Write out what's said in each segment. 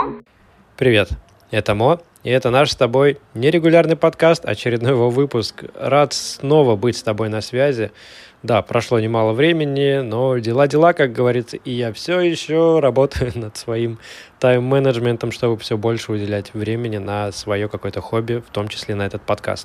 Привет, это Мо, и это наш с тобой нерегулярный подкаст, очередной его выпуск. Рад снова быть с тобой на связи. Да, прошло немало времени, но дела, как говорится, и я все еще работаю над своим тайм-менеджментом, чтобы все больше уделять времени на свое какое-то хобби, в том числе на этот подкаст.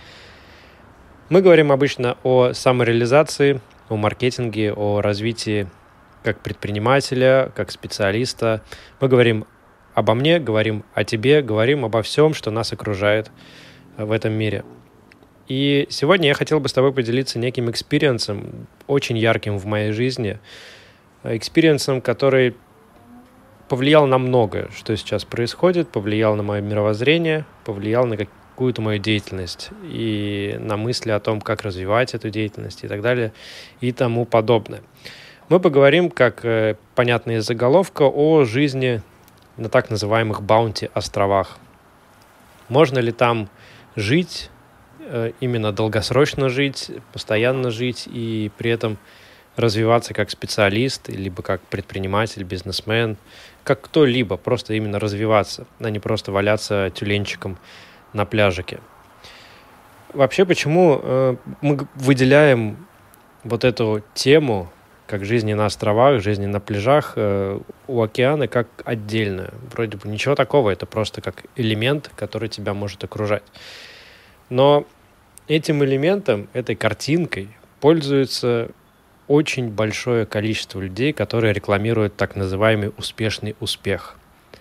Мы говорим обычно о самореализации, о маркетинге, о развитии как предпринимателя, как специалиста. Мы говорим обо мне, говорим о тебе, говорим обо всем, что нас окружает в этом мире. И сегодня я хотел бы с тобой поделиться неким экспириенсом, очень ярким в моей жизни, экспириенсом, который повлиял на многое, что сейчас происходит, повлиял на мое мировоззрение, повлиял на какую-то мою деятельность и на мысли о том, как развивать эту деятельность и так далее и тому подобное. Мы поговорим, как понятно из заголовка, о жизни на так называемых баунти-островах. Можно ли там жить, именно долгосрочно жить, постоянно жить и при этом развиваться как специалист, либо как предприниматель, бизнесмен, как кто-либо, просто именно развиваться, а не просто валяться тюленчиком на пляжике. Вообще, почему мы выделяем вот эту тему, как жизни на островах, жизни на пляжах у океана, как отдельную? Вроде бы ничего такого, это просто как элемент, который тебя может окружать. Но этим элементом, этой картинкой пользуется очень большое количество людей, которые рекламируют так называемый успешный успех.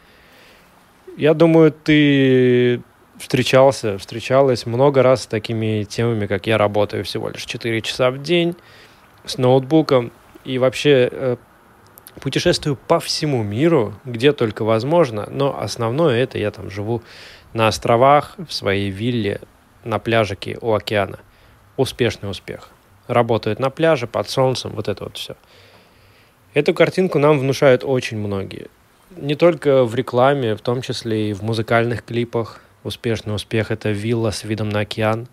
Я думаю, ты встречалась много раз с такими темами, как я работаю всего лишь 4 часа в день с ноутбуком и вообще путешествую по всему миру, где только возможно, но основное это я там живу на островах, в своей вилле, на пляжике у океана. Успешный успех. Работают на пляже, под солнцем, вот это вот все. Эту картинку нам внушают очень многие. Не только в рекламе, в том числе и в музыкальных клипах. Успешный успех – это вилла с видом на океан.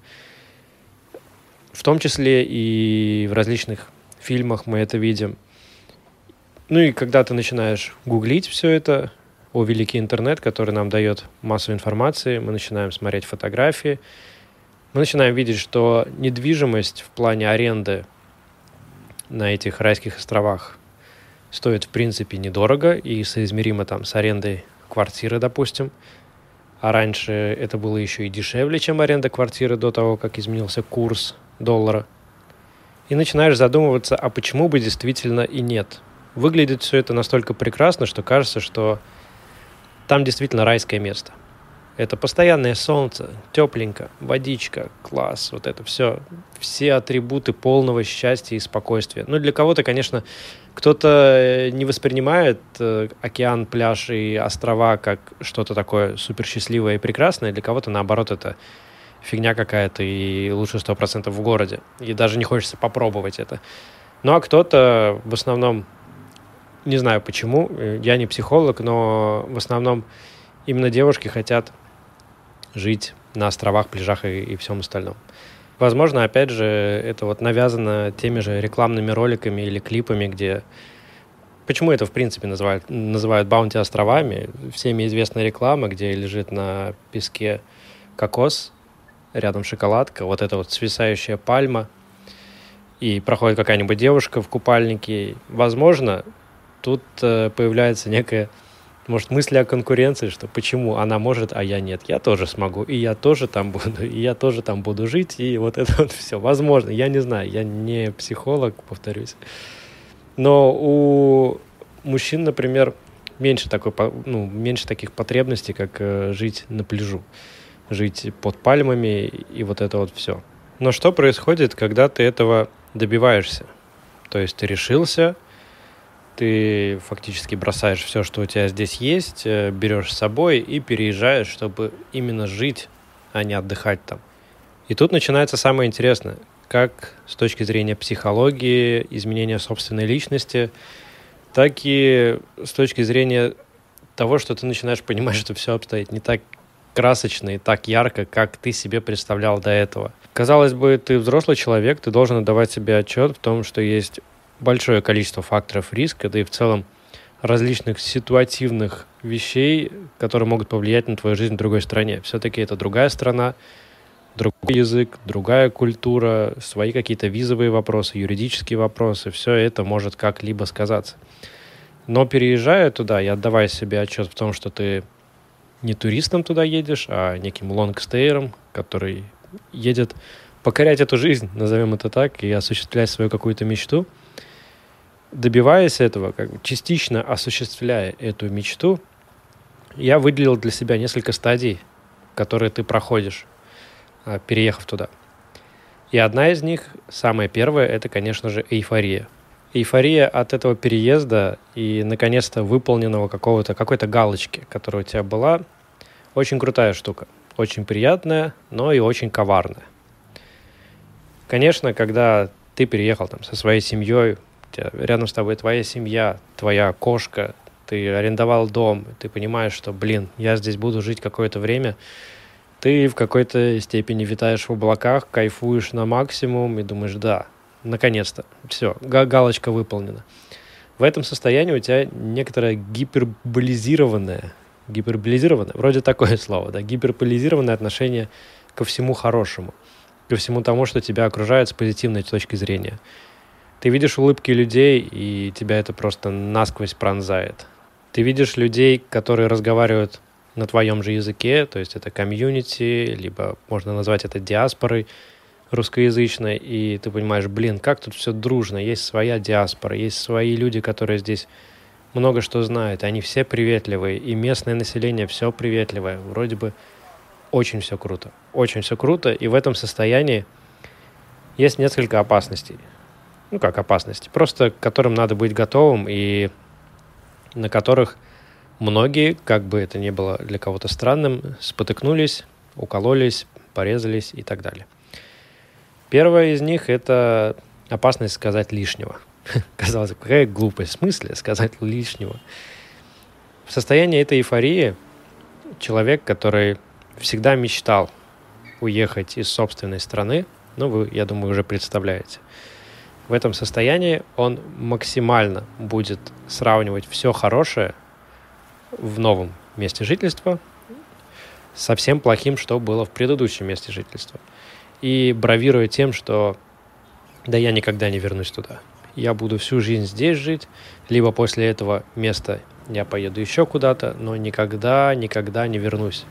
В том числе и в различных фильмах мы это видим. Ну и когда ты начинаешь гуглить все это, о великий интернет, который нам дает массу информации, мы начинаем смотреть фотографии, мы начинаем видеть, что недвижимость в плане аренды на этих райских островах стоит в принципе недорого и соизмеримо там с арендой квартиры, допустим. А раньше это было еще и дешевле, чем аренда квартиры до того, как изменился курс доллара. И начинаешь задумываться, а почему бы действительно и нет. Выглядит все это настолько прекрасно, что кажется, что там действительно райское место. Это постоянное солнце, тепленько, водичка, класс, вот это все атрибуты полного счастья и спокойствия. Ну, для кого-то, конечно, кто-то не воспринимает океан, пляж и острова как что-то такое суперсчастливое и прекрасное, для кого-то, наоборот, это фигня какая-то и лучше 100% в городе. И даже не хочется попробовать это. Ну, а кто-то в основном, не знаю почему, я не психолог, но в основном именно девушки хотят жить на островах, пляжах и всем остальном. Возможно, опять же, это вот навязано теми же рекламными роликами или клипами, где... Почему это, в принципе, называют баунти-островами? Всеми известная реклама, где лежит на песке кокос, рядом шоколадка, вот эта вот свисающая пальма, и проходит какая-нибудь девушка в купальнике. Возможно, тут появляется некая, может, мысли о конкуренции, что почему она может, а я нет. Я тоже смогу, и я тоже там буду, и я тоже там буду жить, и вот это вот все. Возможно, я не знаю, я не психолог, повторюсь. Но у мужчин, например, меньше таких потребностей, как жить на пляжу, жить под пальмами и вот это вот все. Но что происходит, когда ты этого добиваешься? То есть ты решился, ты фактически бросаешь все, что у тебя здесь есть, берешь с собой и переезжаешь, чтобы именно жить, а не отдыхать там. И тут начинается самое интересное. Как с точки зрения психологии, изменения собственной личности, так и с точки зрения того, что ты начинаешь понимать, что все обстоит не так красочно и так ярко, как ты себе представлял до этого. Казалось бы, ты взрослый человек, ты должен отдавать себе отчет в том, что есть большое количество факторов риска, да и в целом различных ситуативных вещей, которые могут повлиять на твою жизнь в другой стране. Все-таки это другая страна, другой язык, другая культура, свои какие-то визовые вопросы, юридические вопросы. Все это может как-либо сказаться. Но переезжая туда и отдавая себе отчет в том, что ты не туристом туда едешь, а неким лонгстейером, который едет покорять эту жизнь, назовем это так, и осуществлять свою какую-то мечту, добиваясь этого, частично осуществляя эту мечту, я выделил для себя несколько стадий, которые ты проходишь, переехав туда. И одна из них, самая первая, это, конечно же, эйфория. Эйфория от этого переезда и, наконец-то, выполненного какой-то галочки, которая у тебя была, очень крутая штука. Очень приятная, но и очень коварная. Конечно, когда ты переехал там со своей семьей, рядом с тобой твоя семья, твоя кошка, ты арендовал дом, ты понимаешь, что, я здесь буду жить какое-то время, ты в какой-то степени витаешь в облаках, кайфуешь на максимум и думаешь, да, наконец-то, все, галочка выполнена. В этом состоянии у тебя некоторое гиперболизированное, вроде такое слово, да, гиперболизированное отношение ко всему хорошему, ко всему тому, что тебя окружает с позитивной точки зрения. Ты видишь улыбки людей, и тебя это просто насквозь пронзает. Ты видишь людей, которые разговаривают на твоем же языке, то есть это комьюнити, либо можно назвать это диаспорой русскоязычной, и ты понимаешь, как тут все дружно, есть своя диаспора, есть свои люди, которые здесь много что знают, они все приветливые, и местное население все приветливое, вроде бы очень все круто, и в этом состоянии есть несколько опасностей. Как опасности, просто к которым надо быть готовым, и на которых многие, как бы это ни было для кого-то странным, спотыкнулись, укололись, порезались и так далее. Первая из них – это опасность сказать лишнего. Казалось бы, какая глупость, в смысле сказать лишнего? В состоянии этой эйфории человек, который всегда мечтал уехать из собственной страны, вы, я думаю, уже представляете, в этом состоянии он максимально будет сравнивать все хорошее в новом месте жительства со всем плохим, что было в предыдущем месте жительства. И бравируя тем, что да я никогда не вернусь туда. Я буду всю жизнь здесь жить, либо после этого места я поеду еще куда-то, но никогда не вернусь.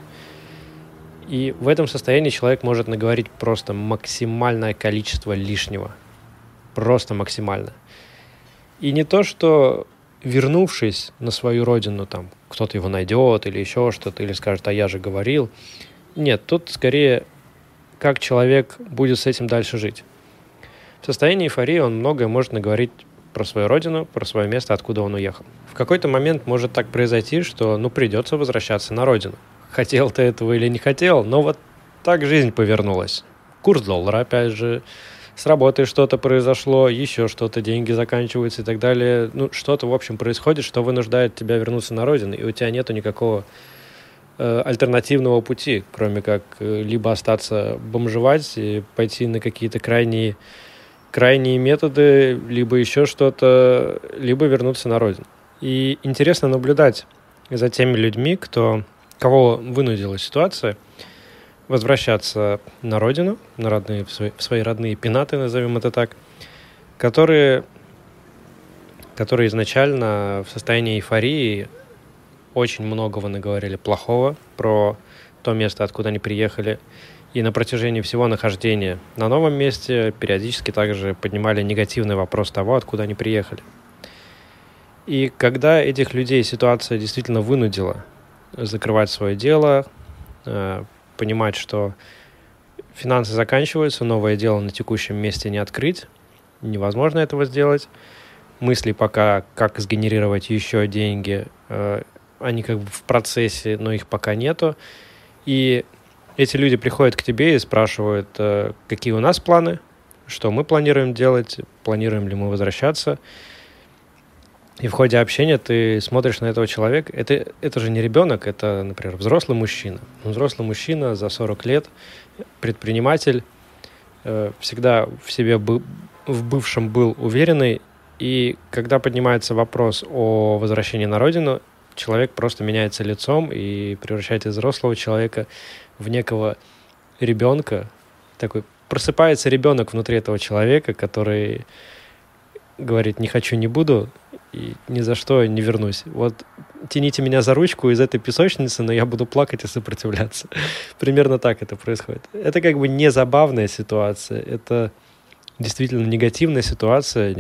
И в этом состоянии человек может наговорить просто максимальное количество лишнего. Просто максимально. И не то, что вернувшись на свою родину, там кто-то его найдет или еще что-то, или скажет, а я же говорил. Нет, тут скорее, как человек будет с этим дальше жить. В состоянии эйфории он многое может наговорить про свою родину, про свое место, откуда он уехал. В какой-то момент может так произойти, что придется возвращаться на родину. Хотел ты этого или не хотел, но вот так жизнь повернулась. Курс доллара, опять же, с работой что-то произошло, еще что-то, деньги заканчиваются и так далее. Что-то, в общем, происходит, что вынуждает тебя вернуться на родину, и у тебя нету никакого альтернативного пути, кроме как либо остаться бомжевать и пойти на какие-то крайние методы, либо еще что-то, либо вернуться на родину. И интересно наблюдать за теми людьми, кого вынудила ситуация возвращаться на родину, в свои родные пенаты, назовем это так, которые изначально в состоянии эйфории очень многого наговорили плохого про то место, откуда они приехали, и на протяжении всего нахождения на новом месте периодически также поднимали негативный вопрос того, откуда они приехали. И когда этих людей ситуация действительно вынудила закрывать свое дело, понимать, что финансы заканчиваются, новое дело на текущем месте не открыть, невозможно этого сделать. Мысли пока, как сгенерировать еще деньги, они в процессе, но их пока нету. И эти люди приходят к тебе и спрашивают, какие у нас планы, что мы планируем делать, планируем ли мы возвращаться. И в ходе общения ты смотришь на этого человека. Это же не ребенок, это, например, взрослый мужчина. Взрослый мужчина за 40 лет, предприниматель, всегда в себе в бывшем был уверенный И когда поднимается вопрос о возвращении на родину, человек просто меняется лицом и превращается из взрослого человека в некого ребенка. Такой просыпается ребенок внутри этого человека, который говорит: не хочу, не буду, и ни за что не вернусь. Вот тяните меня за ручку из этой песочницы, но я буду плакать и сопротивляться. Примерно так это происходит. Это как бы не забавная ситуация, это действительно негативная ситуация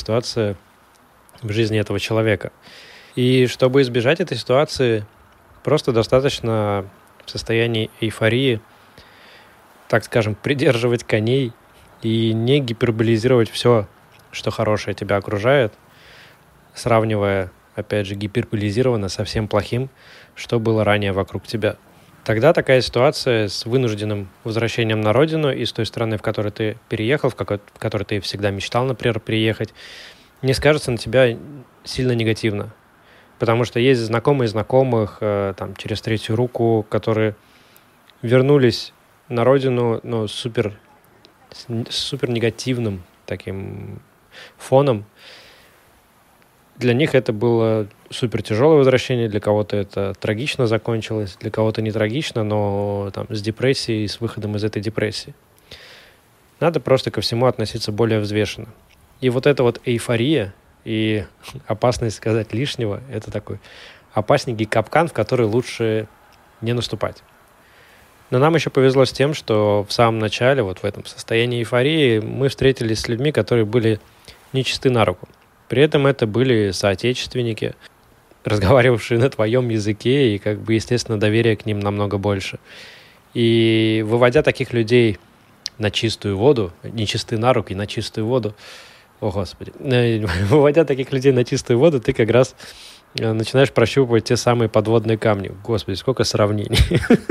в жизни этого человека. И чтобы избежать этой ситуации, просто достаточно в состоянии эйфории, так скажем, придерживать коней и не гиперболизировать все, что хорошее тебя окружает, сравнивая, опять же, гиперболизированно со всем плохим, что было ранее вокруг тебя. Тогда такая ситуация с вынужденным возвращением на родину из той страны, в которой ты переехал, в которой ты всегда мечтал, например, приехать, не скажется на тебя сильно негативно. Потому что есть знакомые знакомых там, через третью руку, которые вернулись на родину, но с супер негативным таким фоном. Для них это было супер тяжелое возвращение, для кого-то это трагично закончилось, для кого-то не трагично, но там, с депрессией, с выходом из этой депрессии. Надо просто ко всему относиться более взвешенно. И вот эта вот эйфория и опасность сказать лишнего — это такой опасненький капкан, в который лучше не наступать. Но нам еще повезло с тем, что в самом начале, вот в этом состоянии эйфории, мы встретились с людьми, которые были нечисты на руку. При этом это были соотечественники, разговаривавшие на твоем языке, и, как бы, естественно, доверие к ним намного больше. И выводя таких людей на чистую воду, нечисты на руки, на чистую воду, о господи, выводя таких людей на чистую воду, ты как раз начинаешь прощупывать те самые подводные камни. Господи, сколько сравнений.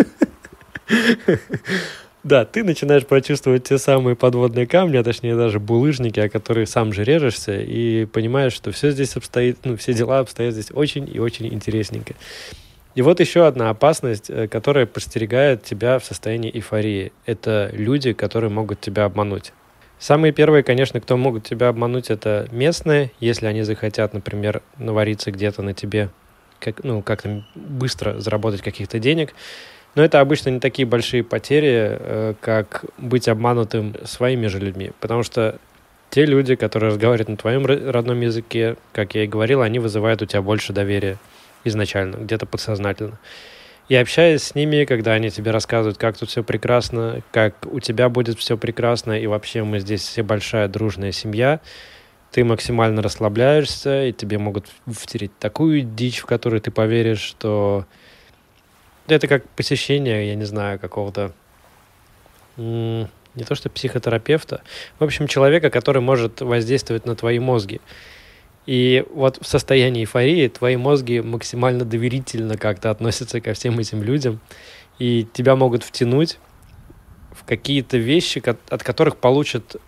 Да, ты начинаешь прочувствовать те самые подводные камни, а точнее даже булыжники, о которых сам же режешься, и понимаешь, что все здесь обстоит, все дела обстоят здесь очень и очень интересненько. И вот еще одна опасность, которая подстерегает тебя в состоянии эйфории. Это люди, которые могут тебя обмануть. Самые первые, конечно, кто могут тебя обмануть, это местные, если они захотят, например, навариться где-то на тебе, как-то быстро заработать каких-то денег. Но это обычно не такие большие потери, как быть обманутым своими же людьми. Потому что те люди, которые разговаривают на твоем родном языке, как я и говорил, они вызывают у тебя больше доверия изначально, где-то подсознательно. И общаясь с ними, когда они тебе рассказывают, как тут все прекрасно, как у тебя будет все прекрасно, и вообще мы здесь все большая дружная семья, ты максимально расслабляешься, и тебе могут втереть такую дичь, в которую ты поверишь, что... Это как посещение, я не знаю, какого-то, не то что психотерапевта, в общем, человека, который может воздействовать на твои мозги. И вот в состоянии эйфории твои мозги максимально доверительно как-то относятся ко всем этим людям, и тебя могут втянуть в какие-то вещи, от которых получат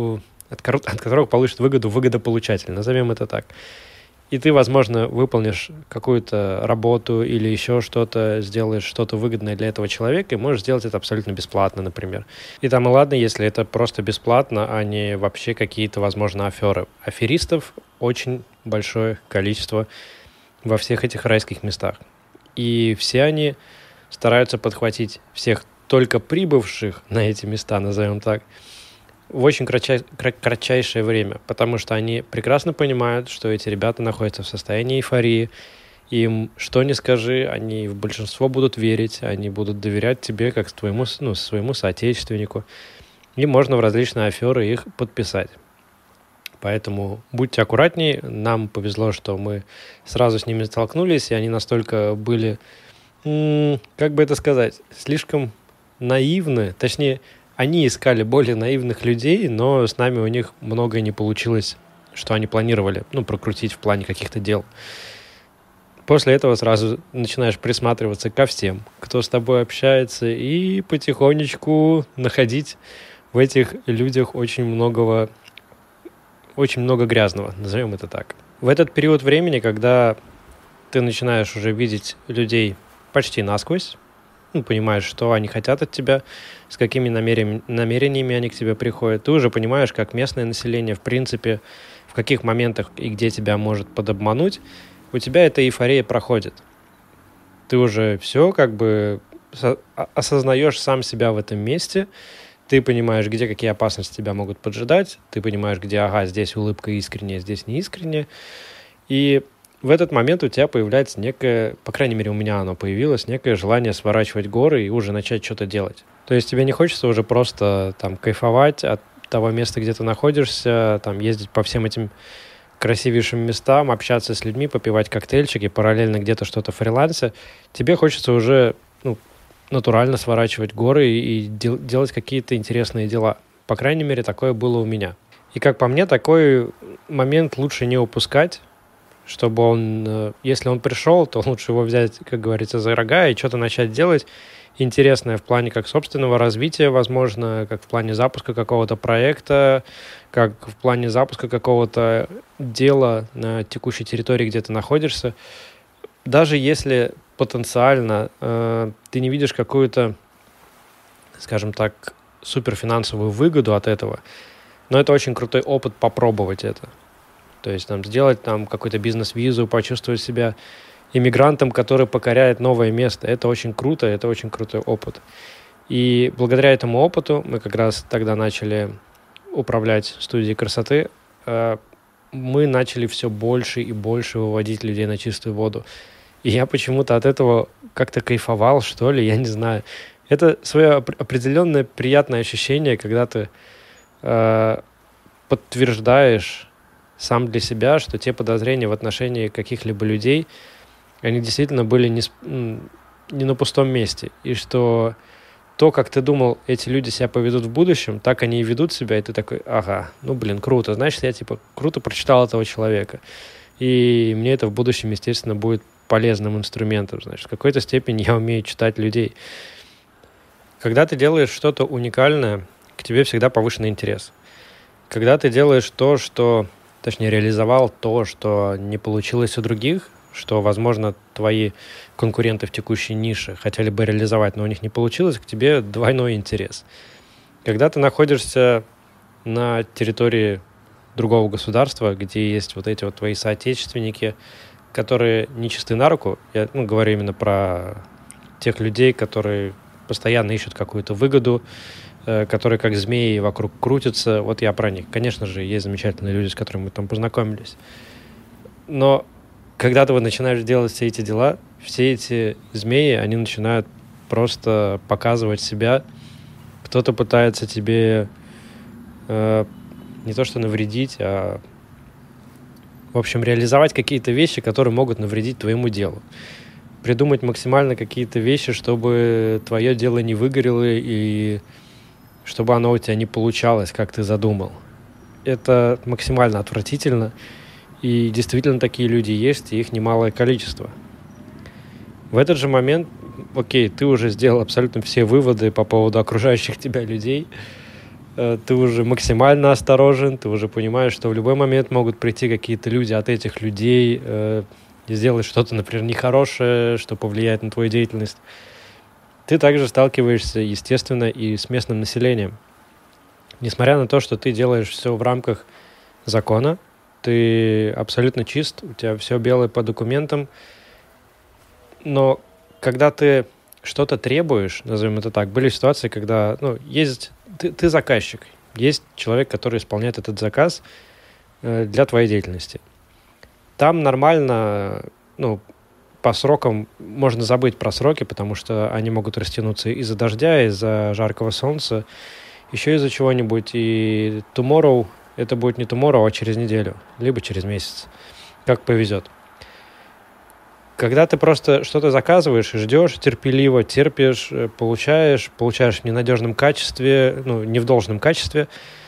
выгоду выгодополучатель, назовем это так. И ты, возможно, выполнишь какую-то работу или еще что-то, сделаешь что-то выгодное для этого человека, и можешь сделать это абсолютно бесплатно, например. И там и ладно, если это просто бесплатно, а не вообще какие-то, возможно, аферы. Аферистов очень большое количество во всех этих райских местах. И все они стараются подхватить всех только прибывших на эти места, назовем так, в очень кратчайшее время, потому что они прекрасно понимают, что эти ребята находятся в состоянии эйфории, им что ни скажи, они в большинство будут верить, они будут доверять тебе как своему соотечественнику, и можно в различные аферы их подписать. Поэтому будьте аккуратней, нам повезло, что мы сразу с ними столкнулись, и они настолько были, как бы это сказать, слишком наивны, точнее, они искали более наивных людей, но с нами у них многое не получилось, что они планировали, прокрутить в плане каких-то дел. После этого сразу начинаешь присматриваться ко всем, кто с тобой общается, и потихонечку находить в этих людях очень много грязного, назовем это так. В этот период времени, когда ты начинаешь уже видеть людей почти насквозь, понимаешь, что они хотят от тебя, с какими намерениями они к тебе приходят. Ты уже понимаешь, как местное население, в принципе, в каких моментах и где тебя может подобмануть, у тебя эта эйфория проходит. Ты уже все как бы осознаешь сам себя в этом месте, ты понимаешь, где какие опасности тебя могут поджидать, ты понимаешь, где, ага, здесь улыбка искренняя, здесь не искренняя. И в этот момент у тебя появляется некое, по крайней мере, у меня оно появилось, некое желание сворачивать горы и уже начать что-то делать. То есть тебе не хочется уже просто там кайфовать от того места, где ты находишься, там ездить по всем этим красивейшим местам, общаться с людьми, попивать коктейльчики, параллельно где-то что-то фрилансе. Тебе хочется уже натурально сворачивать горы и делать какие-то интересные дела. По крайней мере, такое было у меня. И как по мне, такой момент лучше не упускать, чтобы он, если он пришел, то лучше его взять, как говорится, за рога и что-то начать делать интересное в плане как собственного развития, возможно, как в плане запуска какого-то проекта, как в плане запуска какого-то дела на текущей территории, где ты находишься. Даже если потенциально ты не видишь какую-то, скажем так, суперфинансовую выгоду от этого, но это очень крутой опыт попробовать это. То есть там, сделать там какой-то бизнес-визу, почувствовать себя иммигрантом, который покоряет новое место. Это очень круто, это очень крутой опыт. И благодаря этому опыту мы как раз тогда начали управлять студией красоты. Мы начали все больше и больше выводить людей на чистую воду. И я почему-то от этого как-то кайфовал, что ли, я не знаю. Это свое определенное приятное ощущение, когда ты подтверждаешь сам для себя, что те подозрения в отношении каких-либо людей, они действительно были не на пустом месте. И что то, как ты думал, эти люди себя поведут в будущем, так они и ведут себя, и ты такой, ага, круто. Значит, я круто прочитал этого человека. И мне это в будущем, естественно, будет полезным инструментом. Значит, в какой-то степени я умею читать людей. Когда ты делаешь что-то уникальное, к тебе всегда повышенный интерес. Когда ты делаешь реализовал то, что не получилось у других, что, возможно, твои конкуренты в текущей нише хотели бы реализовать, но у них не получилось, к тебе двойной интерес. Когда ты находишься на территории другого государства, где есть вот эти вот твои соотечественники, которые не чисты на руку, я говорю именно про тех людей, которые постоянно ищут какую-то выгоду, которые как змеи вокруг крутятся, вот я про них. Конечно же, есть замечательные люди, с которыми мы там познакомились. Но когда ты начинаешь делать все эти дела, все эти змеи, они начинают просто показывать себя. Кто-то пытается тебе не то что навредить, а в общем, реализовать какие-то вещи, которые могут навредить твоему делу. Придумать максимально какие-то вещи, чтобы твое дело не выгорело и чтобы оно у тебя не получалось, как ты задумал. Это максимально отвратительно. И действительно такие люди есть, и их немалое количество. В этот же момент, окей, ты уже сделал абсолютно все выводы по поводу окружающих тебя людей. Ты уже максимально осторожен, ты уже понимаешь, что в любой момент могут прийти какие-то люди от этих людей и сделать что-то, например, нехорошее, что повлияет на твою деятельность. Ты также сталкиваешься, естественно, и с местным населением. Несмотря на то, что ты делаешь все в рамках закона, ты абсолютно чист, у тебя все белое по документам, но когда ты что-то требуешь, назовем это так, были ситуации, когда ты заказчик, есть человек, который исполняет этот заказ для твоей деятельности. Там нормально, по срокам можно забыть про сроки, потому что они могут растянуться из-за дождя, из-за жаркого солнца, еще из-за чего-нибудь. И tomorrow это будет не tomorrow, а через неделю, либо через месяц, как повезет. Когда ты просто что-то заказываешь и ждешь, терпеливо терпишь, получаешь в ненадежном качестве, не в должном качестве,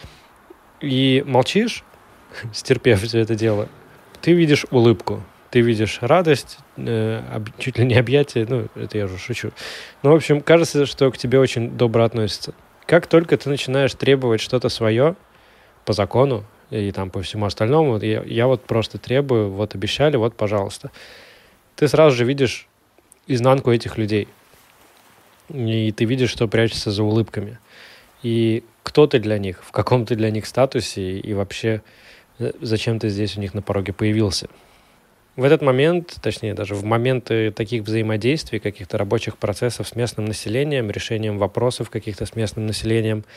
и молчишь, стерпев все это дело, ты видишь улыбку. Ты видишь радость, чуть ли не объятие, это я уже шучу. В общем, кажется, что к тебе очень добро относятся. Как только ты начинаешь требовать что-то свое по закону и там по всему остальному, я вот просто требую, вот обещали, вот, пожалуйста. Ты сразу же видишь изнанку этих людей. И ты видишь, что прячется за улыбками. И кто ты для них, в каком ты для них статусе, и вообще зачем ты здесь у них на пороге появился. В этот момент, точнее, даже в моменты таких взаимодействий, каких-то рабочих процессов с местным населением, решением вопросов каких-то с местным населением,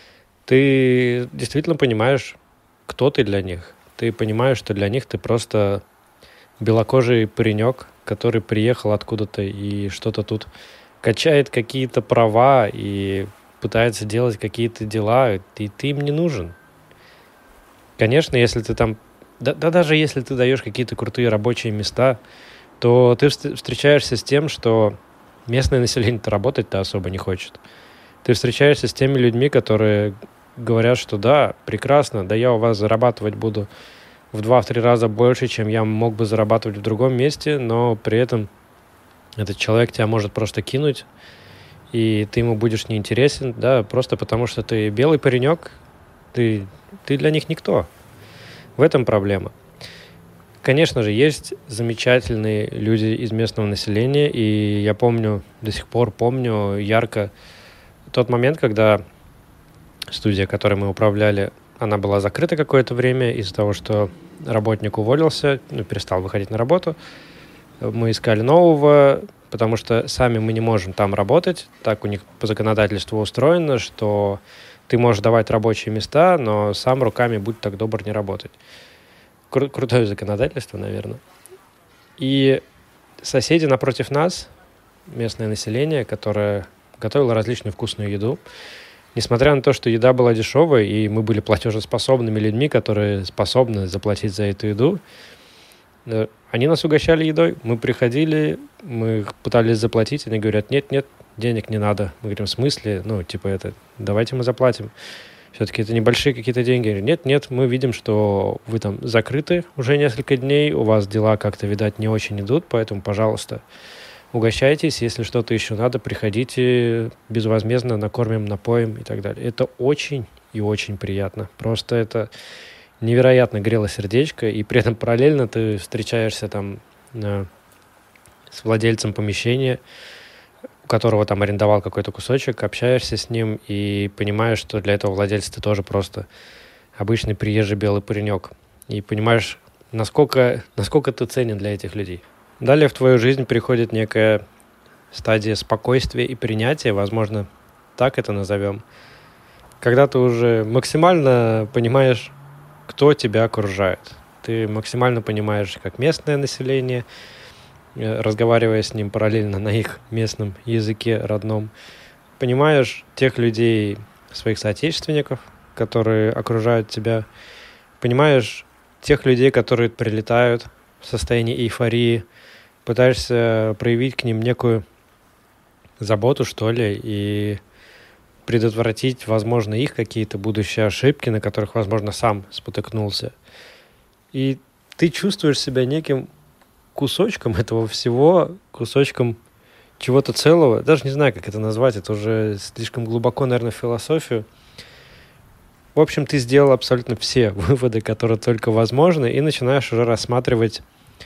ты действительно понимаешь, кто ты для них. Ты понимаешь, что для них ты просто белокожий паренек, который приехал откуда-то и что-то тут качает какие-то права и пытается делать какие-то дела, и ты им не нужен. Конечно, если ты там... Да даже если ты даешь какие-то крутые рабочие места, то ты встречаешься с тем, что местное население-то работать-то особо не хочет. Ты встречаешься с теми людьми, которые говорят, что да, прекрасно, да я у вас зарабатывать буду в 2-3 раза больше, чем я мог бы зарабатывать в другом месте, но при этом этот человек тебя может просто кинуть, и ты ему будешь неинтересен, да, просто потому что ты белый паренек, ты для них никто. В этом проблема. Конечно же, есть замечательные люди из местного населения, и я помню, до сих пор помню ярко тот момент, когда студия, которой мы управляли, она была закрыта какое-то время из-за того, что работник уволился, перестал выходить на работу. Мы искали нового, потому что сами мы не можем там работать. Так у них по законодательству устроено, что ты можешь давать рабочие места, но сам руками будь так добр не работать. Крутое законодательство, наверное. И соседи напротив нас, местное население, которое готовило различную вкусную еду, несмотря на то, что еда была дешевой, и мы были платежеспособными людьми, которые способны заплатить за эту еду, они нас угощали едой. Мы приходили, мы пытались заплатить, они говорят, нет, денег не надо. Мы говорим, в смысле? Давайте мы заплатим. Все-таки это небольшие какие-то деньги. Нет, мы видим, что вы там закрыты уже несколько дней, у вас дела как-то, видать, не очень идут, поэтому, пожалуйста, угощайтесь. Если что-то еще надо, приходите безвозмездно, накормим, напоим и так далее. Это очень и очень приятно. Просто это невероятно грело сердечко, и при этом параллельно ты встречаешься там с владельцем помещения, у которого там арендовал какой-то кусочек, общаешься с ним и понимаешь, что для этого владельца ты тоже просто обычный приезжий белый паренек. И понимаешь, насколько ты ценен для этих людей. Далее в твою жизнь приходит некая стадия спокойствия и принятия, возможно, так это назовем, когда ты уже максимально понимаешь, кто тебя окружает. Ты максимально понимаешь, как местное население, разговаривая с ним параллельно на их местном языке родном, понимаешь тех людей, своих соотечественников, которые окружают тебя, понимаешь тех людей, которые прилетают в состоянии эйфории, пытаешься проявить к ним некую заботу, что ли, и предотвратить, возможно, их какие-то будущие ошибки, на которых, возможно, сам спотыкнулся. И ты чувствуешь себя неким кусочком этого всего, кусочком чего-то целого. Даже не знаю, как это назвать, это уже слишком глубоко, наверное, в философию. В общем, ты сделал абсолютно все выводы, которые только возможны, и начинаешь уже рассматривать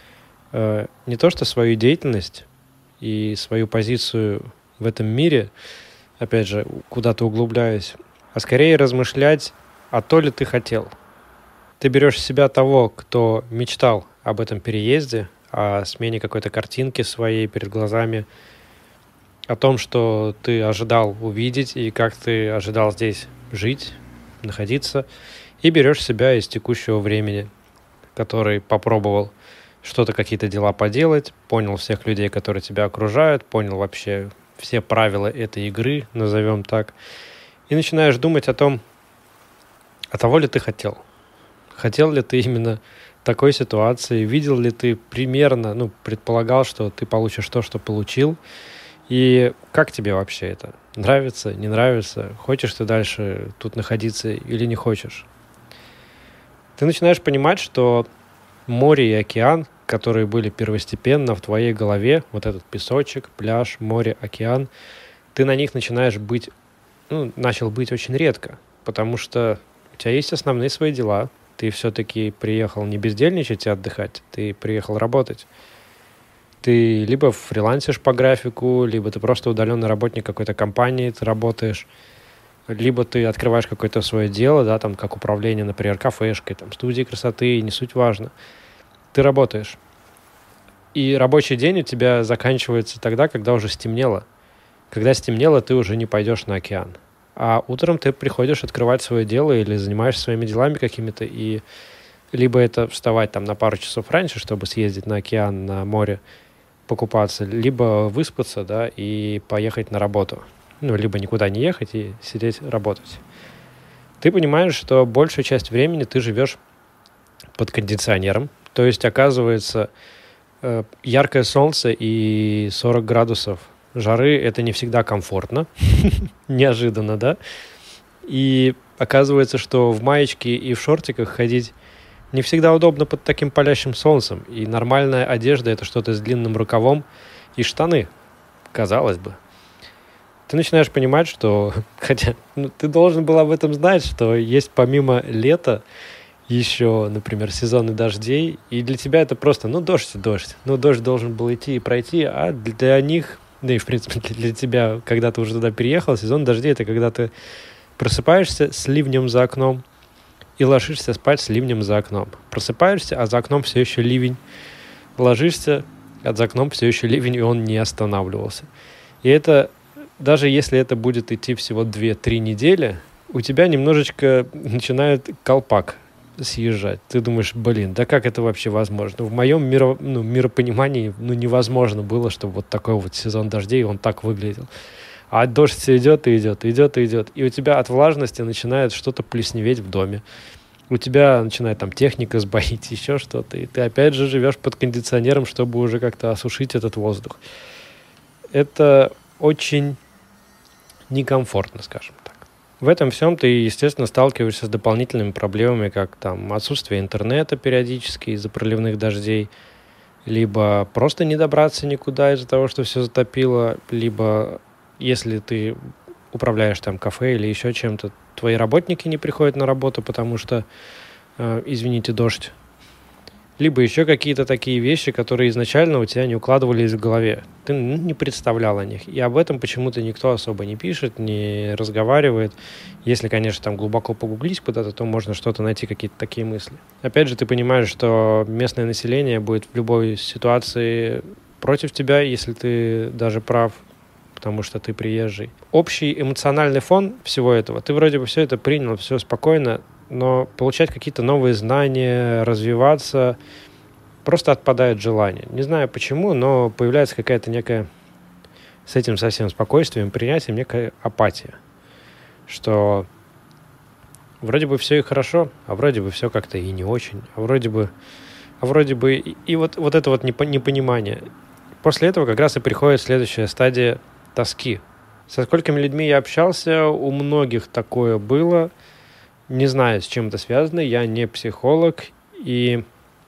не то что свою деятельность и свою позицию в этом мире, опять же, куда-то углубляюсь, а скорее размышлять, а то ли ты хотел. Ты берешь себя того, кто мечтал об этом переезде, о смене какой-то картинки своей перед глазами, о том, что ты ожидал увидеть и как ты ожидал здесь жить, находиться, и берешь себя из текущего времени, который попробовал что-то, какие-то дела поделать, понял всех людей, которые тебя окружают, понял вообще все правила этой игры, назовем так, и начинаешь думать о том, а того ли ты хотел. Хотел ли ты именно такой ситуации, видел ли ты примерно, предполагал, что ты получишь то, что получил, и как тебе вообще это? Нравится, не нравится? Хочешь ты дальше тут находиться или не хочешь? Ты начинаешь понимать, что море и океан, которые были первостепенно в твоей голове, вот этот песочек, пляж, море, океан, ты на них начинаешь начал быть очень редко, потому что у тебя есть основные свои дела, ты все-таки приехал не бездельничать и отдыхать, ты приехал работать. Ты либо фрилансишь по графику, либо ты просто удаленный работник какой-то компании, ты работаешь. либо ты открываешь какое-то свое дело, да, там, как управление, например, кафешкой, там, студией красоты, не суть важно. Ты работаешь. И рабочий день у тебя заканчивается тогда, когда уже стемнело. Когда стемнело, ты уже не пойдешь на океан. А утром ты приходишь открывать свое дело или занимаешься своими делами какими-то, и либо это вставать там на пару часов раньше, чтобы съездить на океан, на море, покупаться, либо выспаться, да, и поехать на работу. Ну, либо никуда не ехать и сидеть работать. Ты понимаешь, что большую часть времени ты живешь под кондиционером, то есть, оказывается, яркое солнце и 40 градусов жары — это не всегда комфортно, неожиданно, да? И оказывается, что в маечке и в шортиках ходить не всегда удобно под таким палящим солнцем. И нормальная одежда — это что-то с длинным рукавом и штаны, казалось бы. Ты начинаешь понимать, что, хотя ты должен был об этом знать, что есть помимо лета еще, например, сезоны дождей, и для тебя это просто, дождь. Дождь должен был идти и пройти, а для них, да и, в принципе, для тебя, когда ты уже туда переехал, сезон дождей — это когда ты просыпаешься с ливнем за окном и ложишься спать с ливнем за окном. Просыпаешься, а за окном все еще ливень. Ложишься, а за окном все еще ливень, и он не останавливался. И это, даже если это будет идти всего 2-3 недели, у тебя немножечко начинает колпак съезжать. Ты думаешь, да как это вообще возможно? В моем миропонимании невозможно было, чтобы вот такой вот сезон дождей, он так выглядел. А дождь все идет и идет. И у тебя от влажности начинает что-то плесневеть в доме. У тебя начинает там техника сбоить, еще что-то. И ты опять же живешь под кондиционером, чтобы уже как-то осушить этот воздух. Это очень некомфортно, скажем так. В этом всем ты, естественно, сталкиваешься с дополнительными проблемами, как там отсутствие интернета периодически из-за проливных дождей, либо просто не добраться никуда из-за того, что все затопило, либо если ты управляешь там кафе или еще чем-то, твои работники не приходят на работу, потому что, извините, дождь. Либо еще какие-то такие вещи, которые изначально у тебя не укладывались в голове. Ты не представлял о них. И об этом почему-то никто особо не пишет, не разговаривает. Если, конечно, там глубоко погуглить куда-то, то можно что-то найти, какие-то такие мысли. Опять же, ты понимаешь, что местное население будет в любой ситуации против тебя, если ты даже прав, потому что ты приезжий. Общий эмоциональный фон всего этого, ты вроде бы все это принял, все спокойно, но получать какие-то новые знания, развиваться, просто отпадает желание. Не знаю почему, но появляется какая-то некая с этим совсем спокойствием, принятием, некая апатия, что вроде бы все и хорошо, а вроде бы все как-то и не очень, а вроде бы и вот это вот непонимание. После этого как раз и приходит следующая стадия тоски. Со сколькими людьми я общался, у многих такое было. Не знаю, с чем это связано, я не психолог, и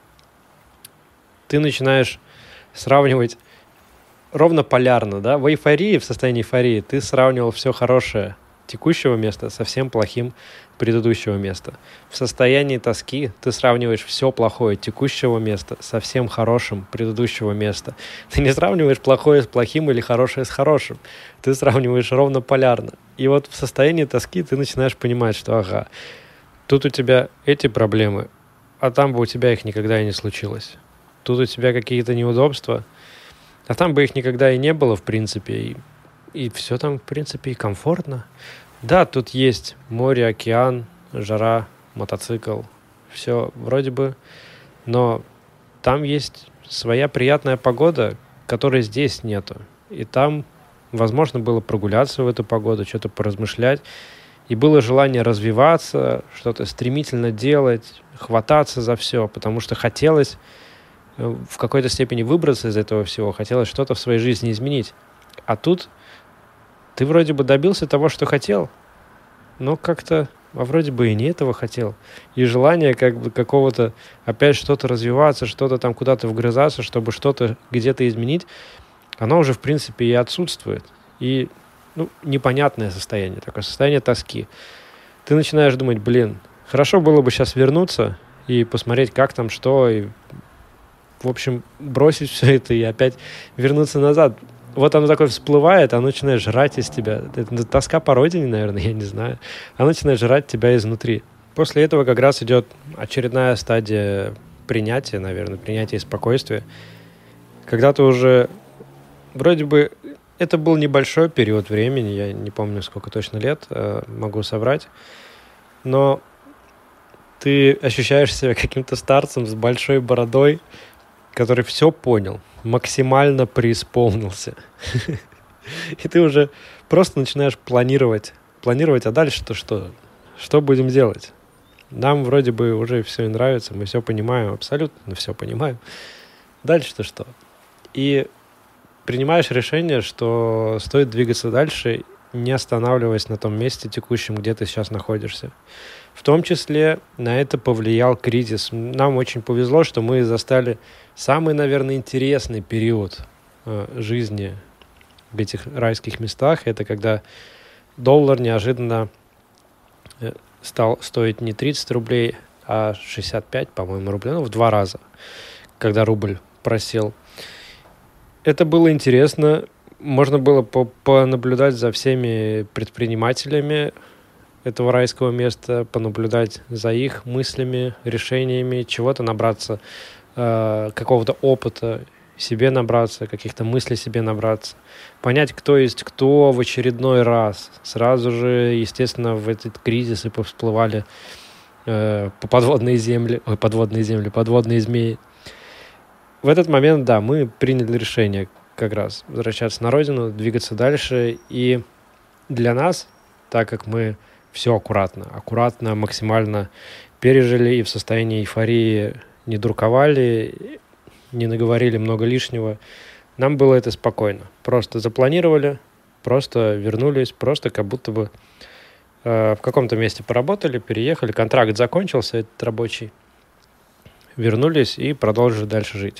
ты начинаешь сравнивать ровно полярно, да, в эйфории, в состоянии эйфории ты сравнивал все хорошее текущего места со всем плохим предыдущего места. В состоянии тоски ты сравниваешь все плохое текущего места со всем хорошим предыдущего места. Ты не сравниваешь плохое с плохим или хорошее с хорошим. Ты сравниваешь ровно полярно. И вот в состоянии тоски ты начинаешь понимать, что ага, тут у тебя эти проблемы, а там бы у тебя их никогда и не случилось. Тут у тебя какие-то неудобства, а там бы их никогда и не было, в принципе. И все там, в принципе, и комфортно. Да, тут есть море, океан, жара, мотоцикл. Все вроде бы. Но там есть своя приятная погода, которой здесь нету. И там возможно было прогуляться в эту погоду, что-то поразмышлять. И было желание развиваться, что-то стремительно делать, хвататься за все, потому что хотелось в какой-то степени выбраться из этого всего, хотелось что-то в своей жизни изменить. А тут ты вроде бы добился того, что хотел, но как-то, вроде бы и не этого хотел. И желание как бы какого-то опять что-то развиваться, что-то там куда-то вгрызаться, чтобы что-то где-то изменить, оно уже в принципе и отсутствует. И непонятное состояние, такое состояние тоски. Ты начинаешь думать, хорошо было бы сейчас вернуться и посмотреть, как там, что, и, в общем, бросить все это и опять вернуться назад. вот оно такое всплывает, оно начинает жрать из тебя. Это тоска по родине, наверное, я не знаю. Оно начинает жрать тебя изнутри. После этого как раз идет очередная стадия принятия, наверное, принятия и спокойствия. Когда ты уже... Вроде бы это был небольшой период времени, я не помню, сколько точно лет, могу соврать, но ты ощущаешь себя каким-то старцем с большой бородой, который все понял, максимально преисполнился. И ты уже просто начинаешь планировать, а дальше-то что? Что будем делать? Нам вроде бы уже все нравится, мы все понимаем, абсолютно все понимаем. Дальше-то что? И принимаешь решение, что стоит двигаться дальше, не останавливаясь на том месте текущем, где ты сейчас находишься. В том числе на это повлиял кризис. Нам очень повезло, что мы застали самый, наверное, интересный период жизни в этих райских местах. Это когда доллар неожиданно стал стоить не 30 рублей, а 65, по-моему, рублей, в 2 раза, когда рубль просел. Это было интересно. Можно было понаблюдать за всеми предпринимателями этого райского места, понаблюдать за их мыслями, решениями, чего-то набраться, какого-то опыта себе набраться, каких-то мыслей себе набраться, понять, кто есть кто в очередной раз. Сразу же, естественно, в этот кризис и повсплывали подводные змеи. В этот момент, да, мы приняли решение как раз возвращаться на родину, двигаться дальше. И для нас, так как мы все аккуратно, максимально пережили и в состоянии эйфории не дурковали, не наговорили много лишнего, нам было это спокойно. Просто запланировали, просто вернулись, просто как будто бы в каком-то месте поработали, переехали, контракт закончился, этот рабочий, вернулись и продолжили дальше жить.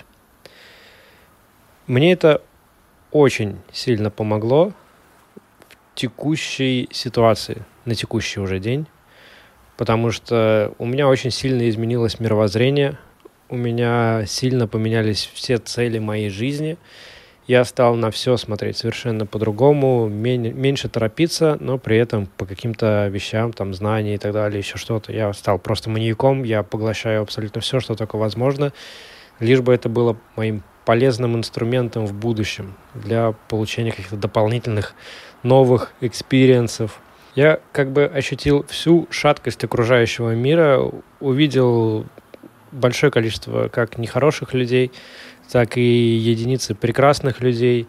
Мне это очень сильно помогло в текущей ситуации, на текущий уже день, потому что у меня очень сильно изменилось мировоззрение, у меня сильно поменялись все цели моей жизни, я стал на все смотреть совершенно по-другому, меньше торопиться, но при этом по каким-то вещам, там, знания и так далее, еще что-то. Я стал просто маньяком, я поглощаю абсолютно все, что только возможно, лишь бы это было моим полезным инструментом в будущем для получения каких-то дополнительных новых экспириенсов. Я как бы ощутил всю шаткость окружающего мира, увидел большое количество как нехороших людей, так и единицы прекрасных людей.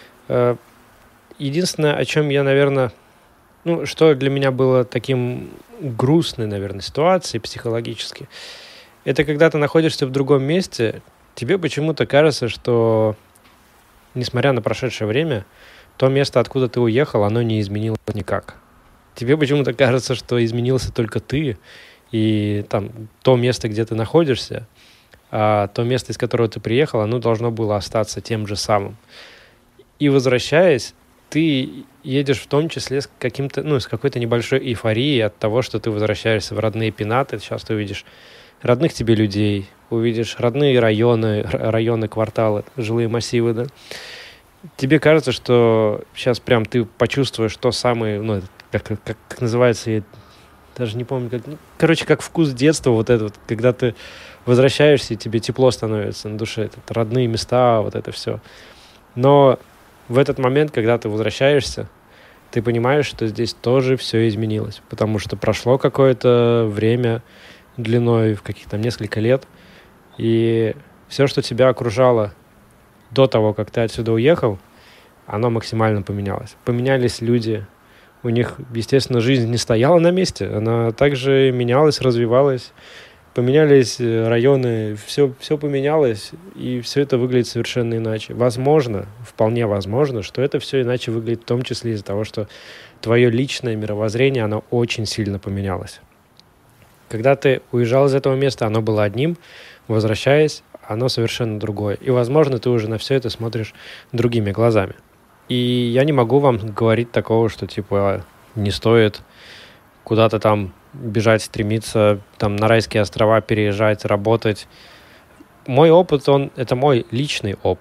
Единственное, о чем я, наверное, что для меня было таким грустной, наверное, ситуацией психологически, это когда ты находишься в другом месте, тебе почему-то кажется, что, несмотря на прошедшее время, то место, откуда ты уехал, оно не изменилось никак. Тебе почему-то кажется, что изменился только ты, и там то место, где ты находишься, а то место, из которого ты приехал, оно должно было остаться тем же самым. И возвращаясь, ты едешь в том числе с с какой-то небольшой эйфорией от того, что ты возвращаешься в родные пенаты. Сейчас ты увидишь родных тебе людей, увидишь родные районы, кварталы, жилые массивы, да. Тебе кажется, что сейчас прям ты почувствуешь то самое, как называется, я даже не помню, как вкус детства вот этот, когда ты возвращаешься, и тебе тепло становится на душе, это родные места, вот это все. Но в этот момент, когда ты возвращаешься, ты понимаешь, что здесь тоже все изменилось, потому что прошло какое-то время длиной в каких-то несколько лет, и все, что тебя окружало до того, как ты отсюда уехал, оно максимально поменялось. Поменялись люди, у них, естественно, жизнь не стояла на месте, она также менялась, развивалась, поменялись районы, все поменялось, и все это выглядит совершенно иначе. Возможно, вполне возможно, что это все иначе выглядит в том числе из-за того, что твое личное мировоззрение, оно очень сильно поменялось. Когда ты уезжал из этого места, оно было одним, возвращаясь, оно совершенно другое. И, возможно, ты уже на все это смотришь другими глазами. И я не могу вам говорить такого, что, не стоит куда-то там бежать, стремиться, там, на райские острова переезжать, работать. Мой опыт, это мой личный опыт.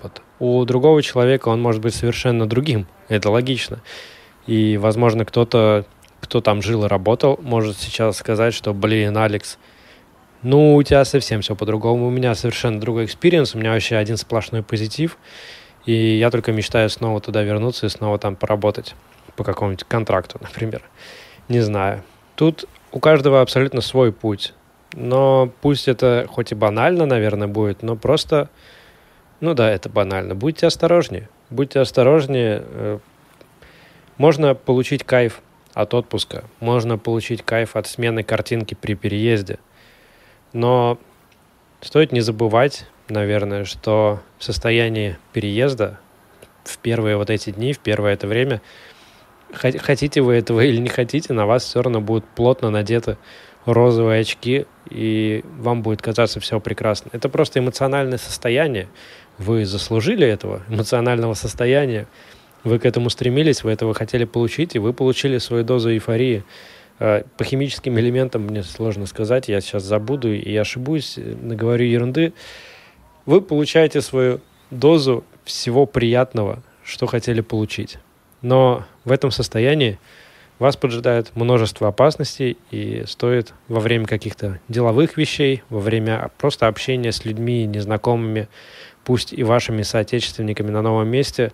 у другого человека он может быть совершенно другим. Это логично. И, возможно, кто-то, кто там жил и работал, может сейчас сказать, что, блин, Алекс, ну, у тебя совсем все по-другому. У меня совершенно другой экспириенс, у меня вообще один сплошной позитив. И я только мечтаю снова туда вернуться и снова там поработать по какому-нибудь контракту, например. Не знаю. Тут у каждого абсолютно свой путь. Но пусть это хоть и банально, наверное, будет, но просто, ну да, это банально. Будьте осторожнее. Будьте осторожнее. Можно получить кайф от отпуска. Можно получить кайф от смены картинки при переезде. Но стоит не забывать, наверное, что в состоянии переезда в первые вот эти дни, в первое это время, хотите вы этого или не хотите, на вас все равно будут плотно надеты розовые очки, и вам будет казаться все прекрасно. Это просто эмоциональное состояние. Вы заслужили этого эмоционального состояния. Вы к этому стремились, вы этого хотели получить, и вы получили свою дозу эйфории. По химическим элементам мне сложно сказать, я сейчас забуду и ошибусь, наговорю ерунды. Вы получаете свою дозу всего приятного, что хотели получить. Но в этом состоянии вас поджидает множество опасностей, и стоит во время каких-то деловых вещей, во время просто общения с людьми незнакомыми, пусть и вашими соотечественниками на новом месте,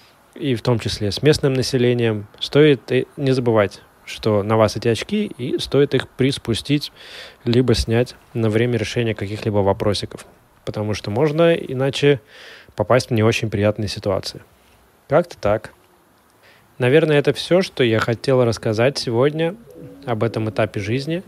и в том числе с местным населением, стоит не забывать, что на вас эти очки, и стоит их приспустить, либо снять на время решения каких-либо вопросиков. Потому что можно иначе попасть в не очень приятные ситуации. Как-то так. Наверное, это все, что я хотел рассказать сегодня об этом этапе жизни,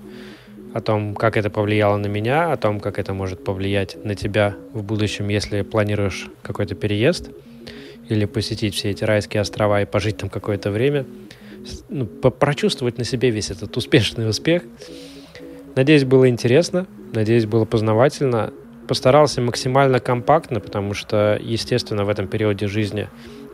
о том, как это повлияло на меня, о том, как это может повлиять на тебя в будущем, если планируешь какой-то переезд или посетить все эти райские острова и пожить там какое-то время. Прочувствовать на себе весь этот успешный успех. Надеюсь, было интересно, надеюсь, было познавательно. Постарался максимально компактно, потому что, естественно, в этом периоде жизни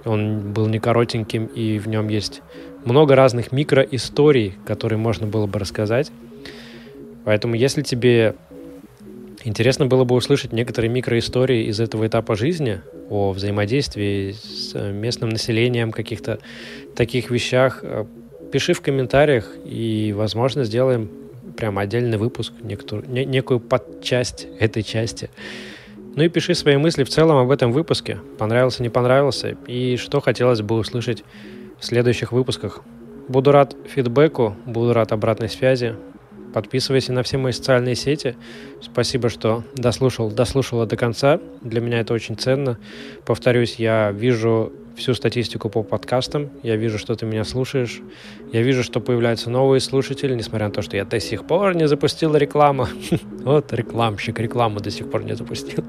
он был не коротеньким, и в нем есть много разных микроисторий, которые можно было бы рассказать. Поэтому, если тебе интересно было бы услышать некоторые микроистории из этого этапа жизни, о взаимодействии с местным населением, каких-то таких вещах, пиши в комментариях, и, возможно, сделаем прям отдельный выпуск, некую подчасть этой части. Ну и пиши свои мысли в целом об этом выпуске. Понравился, не понравился, и что хотелось бы услышать в следующих выпусках. Буду рад фидбэку, буду рад обратной связи. Подписывайся на все мои социальные сети. Спасибо, что дослушала до конца. Для меня это очень ценно. Повторюсь, я вижу всю статистику по подкастам. Я вижу, что ты меня слушаешь. Я вижу, что появляются новые слушатели, несмотря на то, что я до сих пор не запустил рекламу. Вот рекламщик, рекламу до сих пор не запустил.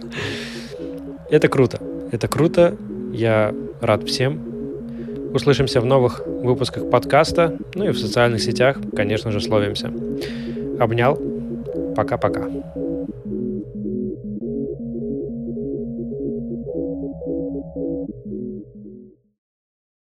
Это круто. Это круто. Я рад всем. Услышимся в новых выпусках подкаста, ну и в социальных сетях, конечно же, словимся. Обнял. Пока-пока.